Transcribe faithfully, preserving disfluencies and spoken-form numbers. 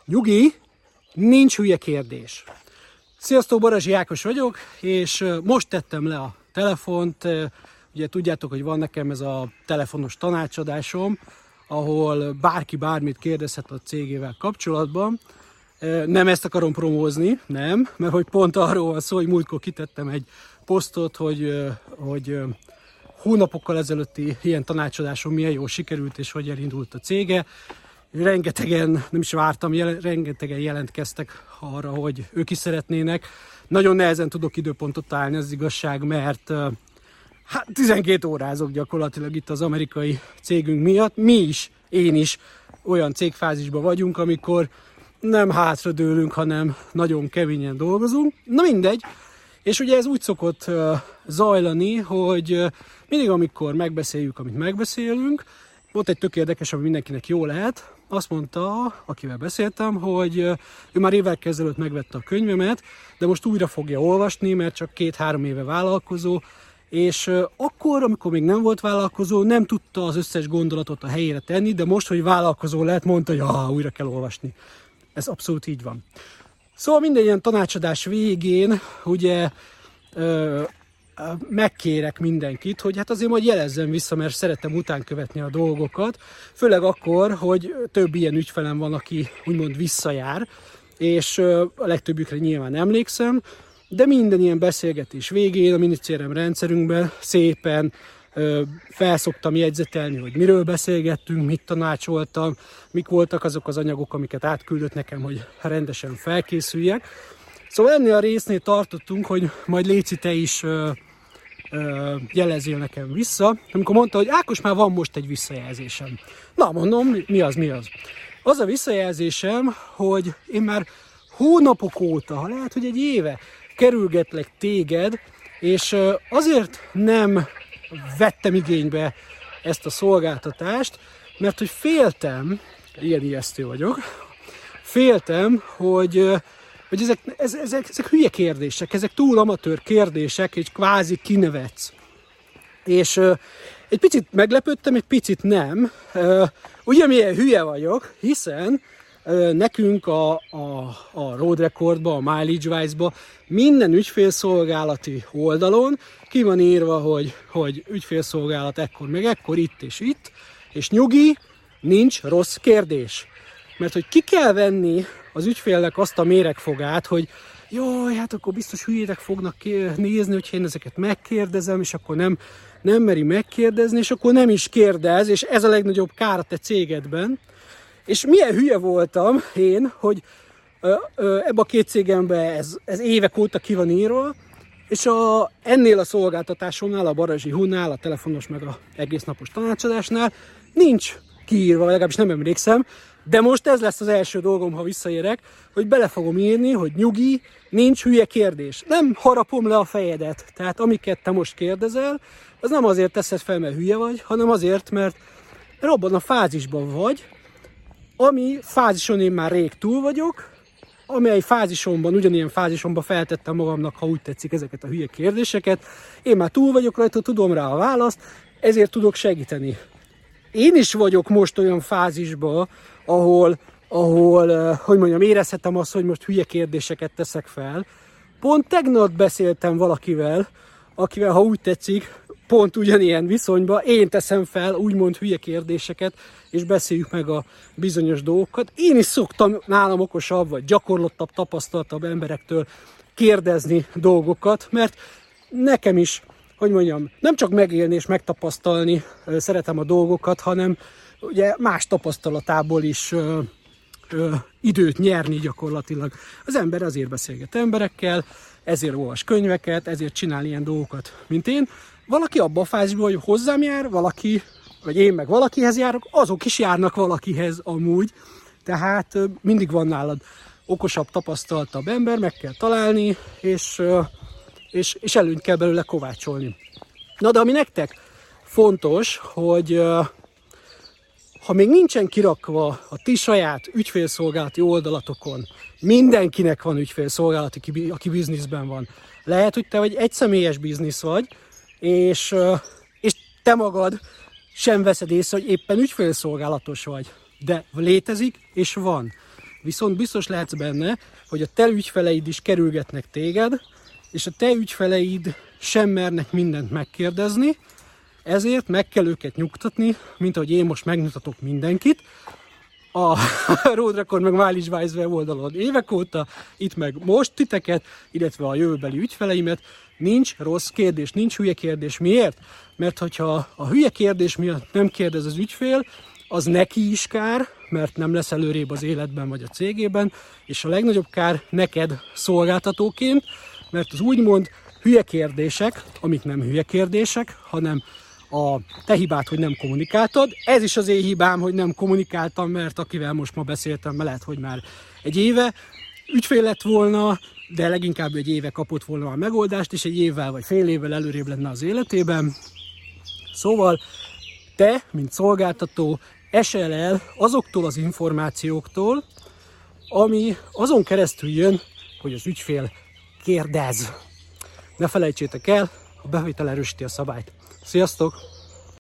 Nyugi, nincs hülye kérdés. Sziasztok, Barazsi Ákos vagyok, és most tettem le a telefont. Ugye tudjátok, hogy van nekem ez a telefonos tanácsadásom, ahol bárki bármit kérdezhet a cégével kapcsolatban. Nem ezt akarom promózni, nem, mert hogy pont arról van szó, hogy múltkor kitettem egy posztot, hogy, hogy hónapokkal ezelőtti ilyen tanácsadásom milyen jól sikerült, és hogy elindult a cége. Rengetegen, nem is vártam, jel, rengetegen jelentkeztek arra, hogy ők is szeretnének. Nagyon nehezen tudok időpontot találni, az igazság, mert hát tizenkét órázok gyakorlatilag itt az amerikai cégünk miatt. Mi is, én is olyan cégfázisban vagyunk, amikor nem hátradőlünk, hanem nagyon keményen dolgozunk. Na mindegy. És ugye ez úgy szokott uh, zajlani, hogy uh, mindig amikor megbeszéljük, amit megbeszélünk, volt egy tök érdekes, ami mindenkinek jó lehet. Azt mondta, akivel beszéltem, hogy uh, ő már évvel ezelőtt megvette a könyvemet, de most újra fogja olvasni, mert csak két-három éve vállalkozó, és uh, akkor, amikor még nem volt vállalkozó, nem tudta az összes gondolatot a helyére tenni, de most, hogy vállalkozó lett, mondta, hogy ah, újra kell olvasni. Ez abszolút így van. Szóval minden ilyen tanácsadás végén ugye ö, megkérek mindenkit, hogy hát azért majd jelezzen vissza, mert szeretem utánkövetni a dolgokat. Főleg akkor, hogy több ilyen ügyfelem van, aki úgymond visszajár, és ö, a legtöbbükre nyilván emlékszem, de minden ilyen beszélgetés végén a minicérem rendszerünkben szépen ö, felszoktam jegyzetelni, hogy miről beszélgettünk, mit tanácsoltam, mik voltak azok az anyagok, amiket átküldött nekem, hogy rendesen felkészüljek. Szóval ennél a résznél tartottunk, hogy majd Léci, te is ö, ö, jelezzél nekem vissza, amikor mondta, hogy Ákos, már van most egy visszajelzésem. Na mondom, mi az, mi az? Az a visszajelzésem, hogy én már hónapok óta, ha lehet, hogy egy éve kerülgetlek téged, és ö, azért nem vettem igénybe ezt a szolgáltatást, mert hogy féltem, ilyen ijesztő vagyok, féltem, hogy, hogy ezek, ezek, ezek hülye kérdések, ezek túl amatőr kérdések, és kvázi kinevetsz. És egy picit meglepődtem, egy picit nem. Ugye milyen hülye vagyok, hiszen nekünk a, a, a Road Recordba, a MileageWise-ba minden ügyfélszolgálati oldalon ki van írva, hogy, hogy ügyfélszolgálat ekkor meg ekkor, itt és itt, és nyugi, nincs rossz kérdés. Mert hogy ki kell venni az ügyfélnek azt a méregfogát, hogy jaj, hát akkor biztos hülyétek fognak nézni, hogyha én ezeket megkérdezem, és akkor nem, nem meri megkérdezni, és akkor nem is kérdez, és ez a legnagyobb kár a te cégedben. És milyen hülye voltam én, hogy ö, ö, ebbe a két cégemben ez, ez évek óta ki van írva, és a, ennél a szolgáltatásomnál, a Barazsi Hunál, a telefonos meg a egész napos tanácsadásnál nincs kiírva, legalábbis nem emlékszem, de most ez lesz az első dolgom, ha visszaérek, hogy bele fogom írni, hogy nyugi, nincs hülye kérdés. Nem harapom le a fejedet, tehát amiket te most kérdezel, az nem azért teszed fel, mert hülye vagy, hanem azért, mert abban a fázisban vagy, ami fázison én már rég túl vagyok, amely fázisomban, ugyanilyen fázisomban feltettem magamnak, ha úgy tetszik, ezeket a hülye kérdéseket. Én már túl vagyok rajta, tudom rá a választ, ezért tudok segíteni. Én is vagyok most olyan fázisban, ahol, ahol hogy mondjam, érezhetem azt, hogy most hülye kérdéseket teszek fel. Pont tegnap beszéltem valakivel, akivel, ha úgy tetszik, pont ugyanilyen viszonyban én teszem fel úgymond hülye kérdéseket, és beszéljük meg a bizonyos dolgokat. Én is szoktam nálam okosabb, vagy gyakorlottabb, tapasztaltabb emberektől kérdezni dolgokat, mert nekem is, hogy mondjam, nem csak megélni és megtapasztalni szeretem a dolgokat, hanem ugye más tapasztalatából is ö, ö, időt nyerni gyakorlatilag. Az ember azért beszélget emberekkel, ezért olvas könyveket, ezért csinál ilyen dolgokat, mint én. Valaki abban a fázisban, hogy hozzám jár, valaki, vagy én meg valakihez járok, azok is járnak valakihez amúgy. Tehát mindig van nálad okosabb, tapasztaltabb ember, meg kell találni, és, és, és előnyt kell belőle kovácsolni. Na de ami nektek fontos, hogy ha még nincsen kirakva a ti saját ügyfélszolgálati oldalatokon, mindenkinek van ügyfélszolgálati, aki bizniszben van. Lehet, hogy te vagy egyszemélyes biznisz vagy, és, és te magad sem veszed észre, hogy éppen ügyfélszolgálatos vagy. De létezik, és van. viszont biztos lehetsz benne, hogy a te ügyfeleid is kerülgetnek téged, és a te ügyfeleid sem mernek mindent megkérdezni, ezért meg kell őket nyugtatni, mint ahogy én most megnyugtatok mindenkit. A Road Record meg Mileage Wise oldalon évek óta, itt meg most titeket, illetve a jövőbeli ügyfeleimet. Nincs rossz kérdés, nincs hülye kérdés. Miért? Mert hogyha a hülye kérdés miatt nem kérdez az ügyfél, az neki is kár, mert nem lesz előrébb az életben vagy a cégében, és a legnagyobb kár neked szolgáltatóként, mert az úgymond hülye kérdések, amik nem hülye kérdések, hanem a te hibád, hogy nem kommunikáltad. Ez is az én hibám, hogy nem kommunikáltam, mert akivel most ma beszéltem, lehet, hogy már egy éve ügyfél lett volna, de leginkább egy éve kapott volna a megoldást, és egy évvel vagy fél évvel előrébb lenne az életében. Szóval te, mint szolgáltató, esel el azoktól az információktól, ami azon keresztül jön, hogy az ügyfél kérdez. Ne felejtsétek el, a bevétel erősíti a szabályt. Sziasztok!